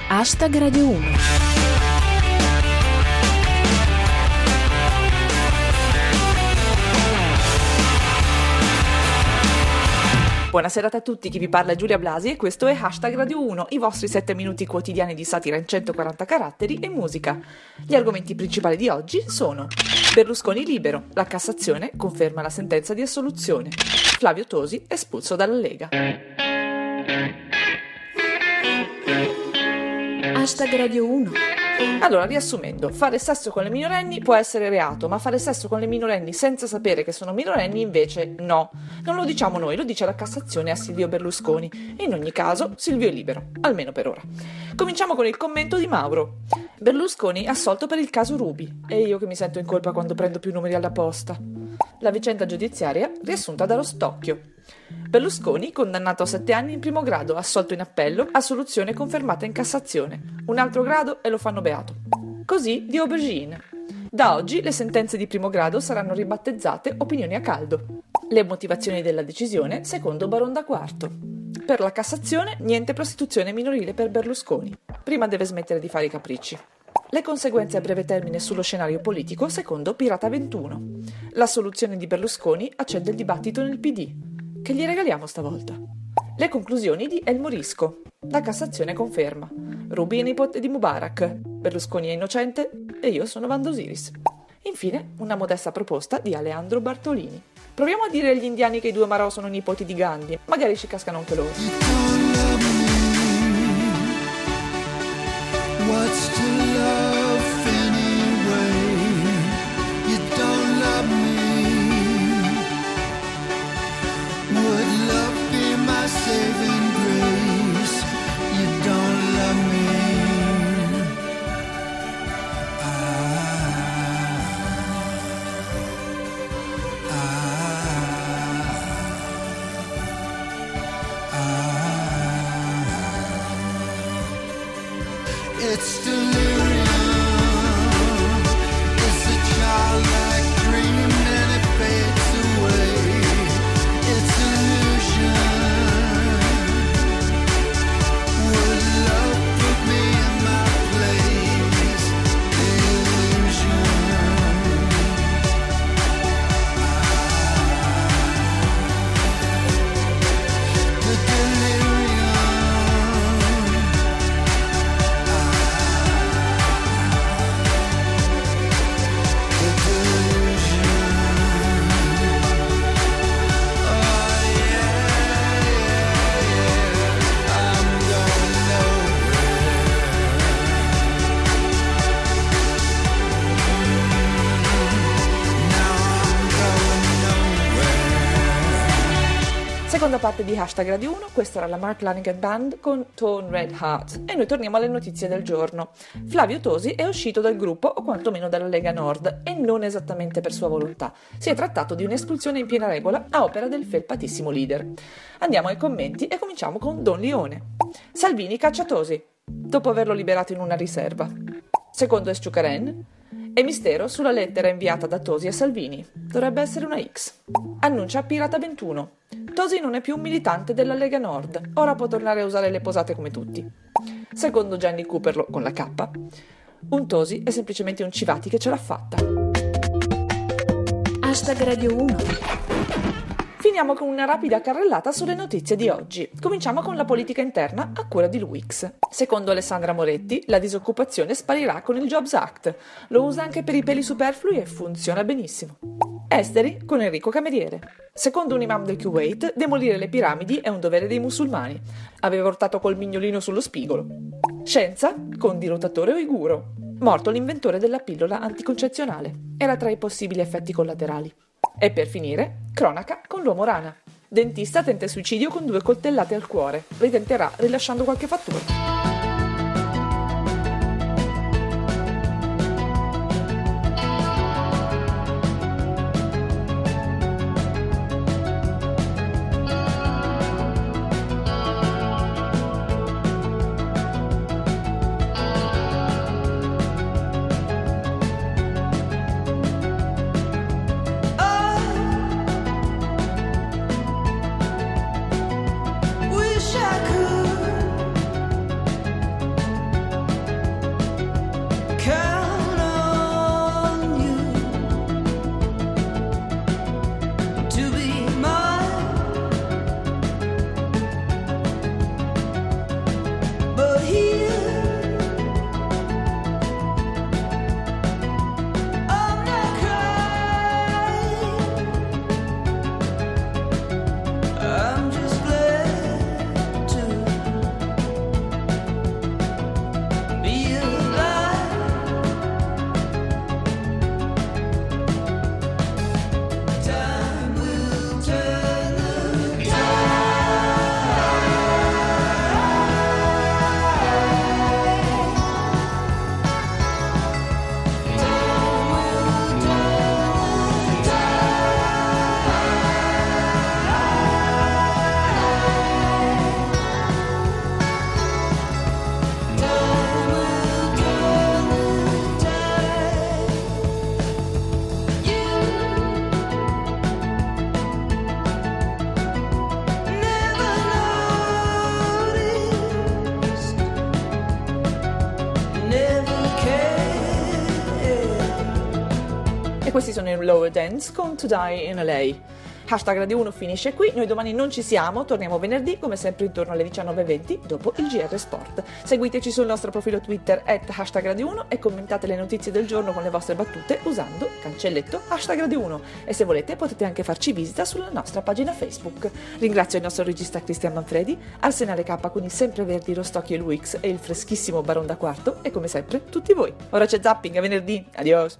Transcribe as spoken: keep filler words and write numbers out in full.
Hashtag Radio uno. Buonasera a tutti, chi vi parla è Giulia Blasi e questo è Hashtag Radio uno, i vostri sette minuti quotidiani di satira in centoquaranta caratteri e musica. Gli argomenti principali di oggi sono: Berlusconi libero, la Cassazione conferma la sentenza di assoluzione, Flavio Tosi espulso dalla Lega. Hashtag Radio uno. Allora, riassumendo, fare sesso con le minorenni può essere reato, ma fare sesso con le minorenni senza sapere che sono minorenni invece no. Non lo diciamo noi, lo dice la Cassazione a Silvio Berlusconi. E in ogni caso, Silvio è libero, almeno per ora. Cominciamo con il commento di Mauro. Berlusconi assolto per il caso Ruby. E io che mi sento in colpa quando prendo più numeri alla posta. La vicenda giudiziaria riassunta da Rostocchio. Berlusconi condannato a sette anni in primo grado, assolto in appello, assoluzione confermata in Cassazione. Un altro grado e lo fanno beato. Così di Aubergine. Da oggi le sentenze di primo grado saranno ribattezzate opinioni a caldo. Le motivazioni della decisione secondo Baron da Quarto. Per la Cassazione niente prostituzione minorile per Berlusconi. Prima deve smettere di fare i capricci. Le conseguenze a breve termine sullo scenario politico secondo Pirata ventuno. La soluzione di Berlusconi accende il dibattito nel P D. Che gli regaliamo stavolta? Le conclusioni di El Morisco. La Cassazione conferma. Ruby è nipote di Mubarak. Berlusconi è innocente e io sono Wanda Osiris. Infine, una modesta proposta di Aleandro Bartolini. Proviamo a dire agli indiani che i due Marò sono nipoti di Gandhi. Magari ci cascano anche loro. What's to love anyway? You don't love me. Would love be my saving grace? You don't love me. Ah, ah, ah. It's delirium. It's a childlike dream and it fades away. It's illusion. Would love put me in my place? Illusion. Ah, the delirium. Seconda parte di Hashtag Radio uno, questa era la Mark Lanigan Band con Tone Red Heart. E noi torniamo alle notizie del giorno. Flavio Tosi è uscito dal gruppo, o quantomeno dalla Lega Nord, e non esattamente per sua volontà. Si è trattato di un'espulsione in piena regola a opera del felpatissimo leader. Andiamo ai commenti e cominciamo con Don Lione. Salvini caccia Tosi, dopo averlo liberato in una riserva. Secondo Esciucaren, è mistero sulla lettera inviata da Tosi a Salvini. Dovrebbe essere una X. Annuncia Pirata ventuno. Tosi non è più un militante della Lega Nord. Ora può tornare a usare le posate come tutti. Secondo Gianni Cooperlo con la K, un Tosi è semplicemente un Civati che ce l'ha fatta. Hashtag Radio uno. Finiamo con una rapida carrellata sulle notizie di oggi. Cominciamo con la politica interna a cura di Luix. Secondo Alessandra Moretti, la disoccupazione sparirà con il Jobs Act. Lo usa anche per i peli superflui e funziona benissimo. Esteri con Enrico Cameriere. Secondo un imam del Kuwait, demolire le piramidi è un dovere dei musulmani. Aveva urtato col mignolino sullo spigolo. Scienza con dirottatore uiguro. Morto l'inventore della pillola anticoncezionale. Era tra i possibili effetti collaterali. E per finire, cronaca con l'uomo rana. Dentista tenta suicidio con due coltellate al cuore. Ritenterà rilasciando qualche fattura. questi sono i Lower Dance con To Die in L A. Hashtag Radio uno finisce qui, noi domani non ci siamo, torniamo venerdì come sempre intorno alle diciannove e venti dopo il G R Sport. Seguiteci sul nostro profilo Twitter at hashtag Radio uno e commentate le notizie del giorno con le vostre battute usando cancelletto hashtag Radio uno e se volete potete anche farci visita sulla nostra pagina Facebook. Ringrazio il nostro regista Cristian Manfredi, Arsenale K con i sempreverdi Rostocchio e Luix e il freschissimo Baron da Quarto e come sempre tutti voi. Ora c'è zapping, a venerdì, adios!